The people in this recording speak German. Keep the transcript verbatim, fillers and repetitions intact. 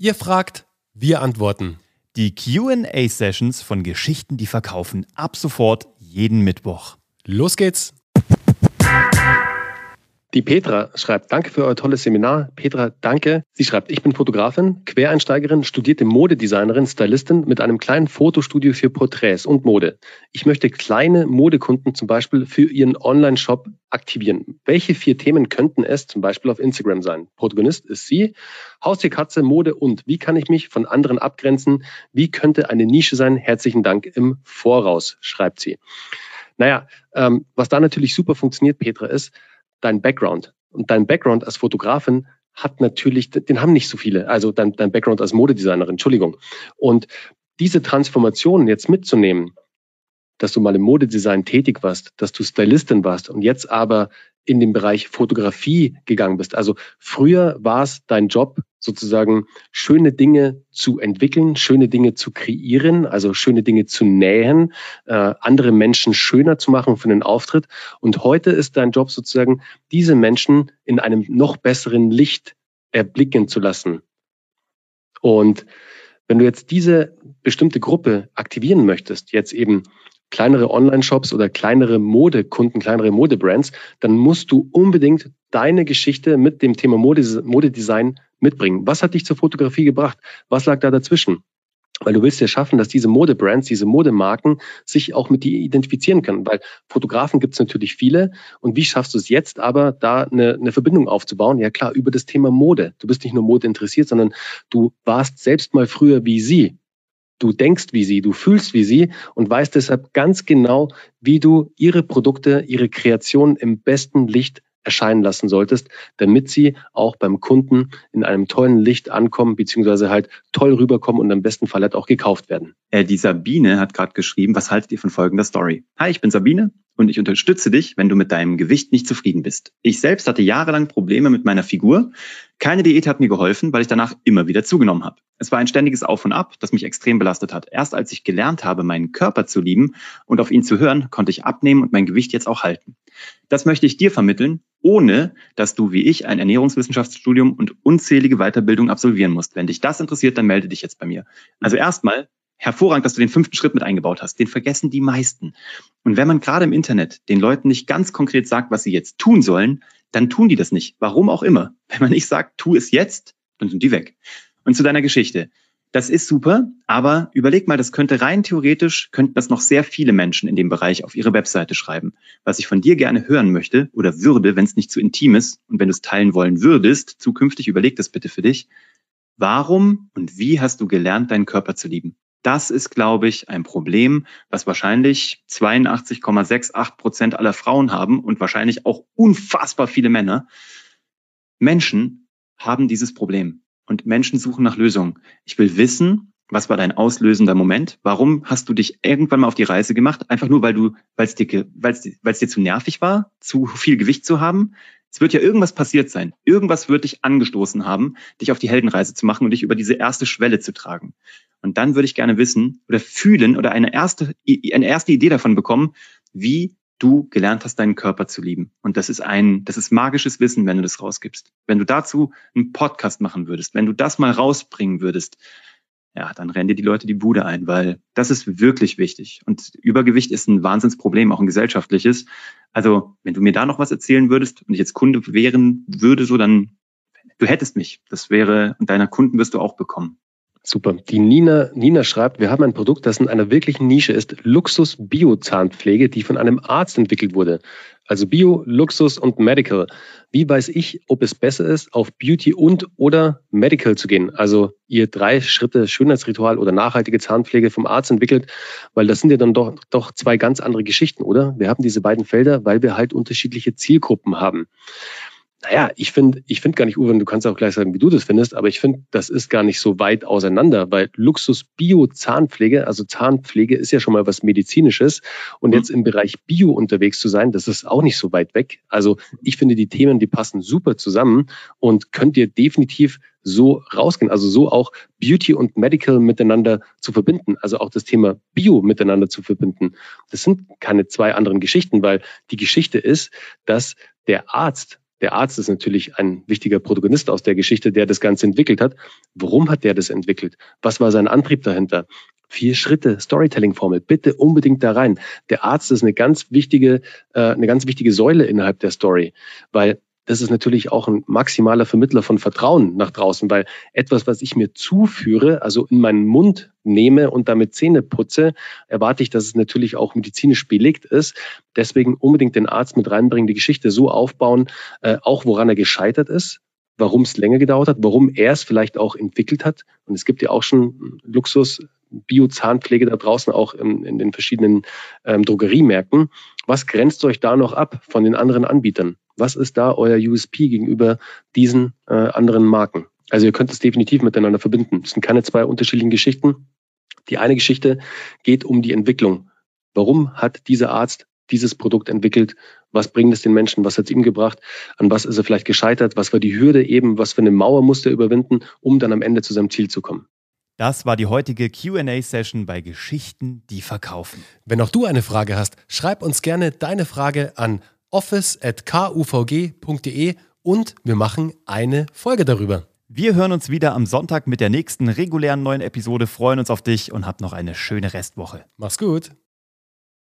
Ihr fragt, wir antworten. Die Q and A-Sessions von Geschichten, die verkaufen, ab sofort jeden Mittwoch. Los geht's! Die Petra schreibt, danke für euer tolles Seminar. Petra, danke. Sie schreibt, ich bin Fotografin, Quereinsteigerin, studierte Modedesignerin, Stylistin mit einem kleinen Fotostudio für Porträts und Mode. Ich möchte kleine Modekunden zum Beispiel für ihren Online-Shop aktivieren. Welche vier Themen könnten es zum Beispiel auf Instagram sein? Protagonist ist sie, Haustier, Katze, Mode und wie kann ich mich von anderen abgrenzen? Wie könnte eine Nische sein? Herzlichen Dank im Voraus, schreibt sie. Naja, ähm, was da natürlich super funktioniert, Petra, ist, dein Background. Und dein Background als Fotografin hat natürlich, den haben nicht so viele. Also dein, dein Background als Modedesignerin, Entschuldigung. Und diese Transformation jetzt mitzunehmen, dass du mal im Modedesign tätig warst, dass du Stylistin warst und jetzt aber in den Bereich Fotografie gegangen bist. Also früher war es dein Job, sozusagen schöne Dinge zu entwickeln, schöne Dinge zu kreieren, also schöne Dinge zu nähen, äh, andere Menschen schöner zu machen für den Auftritt. Und heute ist dein Job sozusagen, diese Menschen in einem noch besseren Licht erblicken zu lassen. Und wenn du jetzt diese bestimmte Gruppe aktivieren möchtest, jetzt eben kleinere Online-Shops oder kleinere Modekunden, kleinere Modebrands, dann musst du unbedingt deine Geschichte mit dem Thema Mode, Modedesign mitbringen. Was hat dich zur Fotografie gebracht? Was lag da dazwischen? Weil du willst ja schaffen, dass diese Modebrands, diese Modemarken sich auch mit dir identifizieren können. Weil Fotografen gibt es natürlich viele. Und wie schaffst du es jetzt aber, da eine, eine Verbindung aufzubauen? Ja klar, über das Thema Mode. Du bist nicht nur Mode interessiert, sondern du warst selbst mal früher wie sie. Du denkst wie sie, du fühlst wie sie und weißt deshalb ganz genau, wie du ihre Produkte, ihre Kreationen im besten Licht erscheinen lassen solltest, damit sie auch beim Kunden in einem tollen Licht ankommen, beziehungsweise halt toll rüberkommen und im besten Fall halt auch gekauft werden. Äh, die Sabine hat gerade geschrieben, was haltet ihr von folgender Story? Hi, ich bin Sabine und ich unterstütze dich, wenn du mit deinem Gewicht nicht zufrieden bist. Ich selbst hatte jahrelang Probleme mit meiner Figur. Keine Diät hat mir geholfen, weil ich danach immer wieder zugenommen habe. Es war ein ständiges Auf und Ab, das mich extrem belastet hat. Erst als ich gelernt habe, meinen Körper zu lieben und auf ihn zu hören, konnte ich abnehmen und mein Gewicht jetzt auch halten. Das möchte ich dir vermitteln, ohne dass du wie ich ein Ernährungswissenschaftsstudium und unzählige Weiterbildungen absolvieren musst. Wenn dich das interessiert, dann melde dich jetzt bei mir. Also erstmal, hervorragend, dass du den fünften Schritt mit eingebaut hast. Den vergessen die meisten. Und wenn man gerade im Internet den Leuten nicht ganz konkret sagt, was sie jetzt tun sollen, dann tun die das nicht. Warum auch immer. Wenn man nicht sagt, tu es jetzt, dann sind die weg. Und zu deiner Geschichte. Das ist super, aber überleg mal, das könnte rein theoretisch, könnten das noch sehr viele Menschen in dem Bereich auf ihre Webseite schreiben. Was ich von dir gerne hören möchte oder würde, wenn es nicht zu intim ist und wenn du es teilen wollen würdest, zukünftig überleg das bitte für dich. Warum und wie hast du gelernt, deinen Körper zu lieben? Das ist, glaube ich, ein Problem, was wahrscheinlich zweiundachtzig Komma achtundsechzig Prozent aller Frauen haben und wahrscheinlich auch unfassbar viele Männer. Menschen haben dieses Problem und Menschen suchen nach Lösungen. Ich will wissen, was war dein auslösender Moment? Warum hast du dich irgendwann mal auf die Reise gemacht? Einfach nur, weil du, weil es dir, weil es, weil es dir zu nervig war, zu viel Gewicht zu haben? Es wird ja irgendwas passiert sein. Irgendwas wird dich angestoßen haben, dich auf die Heldenreise zu machen und dich über diese erste Schwelle zu tragen. Und dann würde ich gerne wissen oder fühlen oder eine erste, eine erste Idee davon bekommen, wie du gelernt hast, deinen Körper zu lieben. Und das ist ein, das ist magisches Wissen, wenn du das rausgibst. Wenn du dazu einen Podcast machen würdest, wenn du das mal rausbringen würdest, ja, dann rennen dir die Leute die Bude ein, weil das ist wirklich wichtig. Und Übergewicht ist ein Wahnsinnsproblem, auch ein gesellschaftliches. Also, wenn du mir da noch was erzählen würdest und ich jetzt Kunde wären würde, so dann, du hättest mich. Das wäre, und deiner Kunden wirst du auch bekommen. Super. Die Nina, Nina schreibt, wir haben ein Produkt, das in einer wirklichen Nische ist, Luxus-Bio-Zahnpflege, die von einem Arzt entwickelt wurde. Also Bio, Luxus und Medical. Wie weiß ich, ob es besser ist, auf Beauty und oder Medical zu gehen? Also ihr drei Schritte Schönheitsritual oder nachhaltige Zahnpflege vom Arzt entwickelt, weil das sind ja dann doch, doch zwei ganz andere Geschichten, oder? Wir haben diese beiden Felder, weil wir halt unterschiedliche Zielgruppen haben. Naja, ich finde ich finde gar nicht, Uwe, du kannst auch gleich sagen, wie du das findest, aber ich finde, das ist gar nicht so weit auseinander, weil Luxus-Bio-Zahnpflege, also Zahnpflege ist ja schon mal was Medizinisches und mhm. jetzt im Bereich Bio unterwegs zu sein, das ist auch nicht so weit weg. Also ich finde, die Themen, die passen super zusammen und könnt ihr definitiv so rausgehen, also so auch Beauty und Medical miteinander zu verbinden, also auch das Thema Bio miteinander zu verbinden. Das sind keine zwei anderen Geschichten, weil die Geschichte ist, dass der Arzt Der Arzt ist natürlich ein wichtiger Protagonist aus der Geschichte, der das Ganze entwickelt hat. Warum hat der das entwickelt? Was war sein Antrieb dahinter? Vier Schritte, Storytelling-Formel, bitte unbedingt da rein. Der Arzt ist eine ganz wichtige, äh, eine ganz wichtige Säule innerhalb der Story, weil das ist natürlich auch ein maximaler Vermittler von Vertrauen nach draußen, weil etwas, was ich mir zuführe, also in meinen Mund nehme und damit Zähne putze, erwarte ich, dass es natürlich auch medizinisch belegt ist. Deswegen unbedingt den Arzt mit reinbringen, die Geschichte so aufbauen, äh, auch woran er gescheitert ist, warum es länger gedauert hat, warum er es vielleicht auch entwickelt hat. Und es gibt ja auch schon Luxus, Bio-Zahnpflege da draußen, auch in, in den verschiedenen ähm, Drogeriemärkten. Was grenzt euch da noch ab von den anderen Anbietern? Was ist da euer U S P gegenüber diesen äh, anderen Marken? Also ihr könnt es definitiv miteinander verbinden. Das sind keine zwei unterschiedlichen Geschichten. Die eine Geschichte geht um die Entwicklung. Warum hat dieser Arzt dieses Produkt entwickelt? Was bringt es den Menschen? Was hat es ihm gebracht? An was ist er vielleicht gescheitert? Was war die Hürde eben? Was für eine Mauer musste er überwinden, um dann am Ende zu seinem Ziel zu kommen? Das war die heutige Q and A-Session bei Geschichten, die verkaufen. Wenn auch du eine Frage hast, schreib uns gerne deine Frage an office at k u v g punkt d e und wir machen eine Folge darüber. Wir hören uns wieder am Sonntag mit der nächsten regulären neuen Episode, freuen uns auf dich und habt noch eine schöne Restwoche. Mach's gut.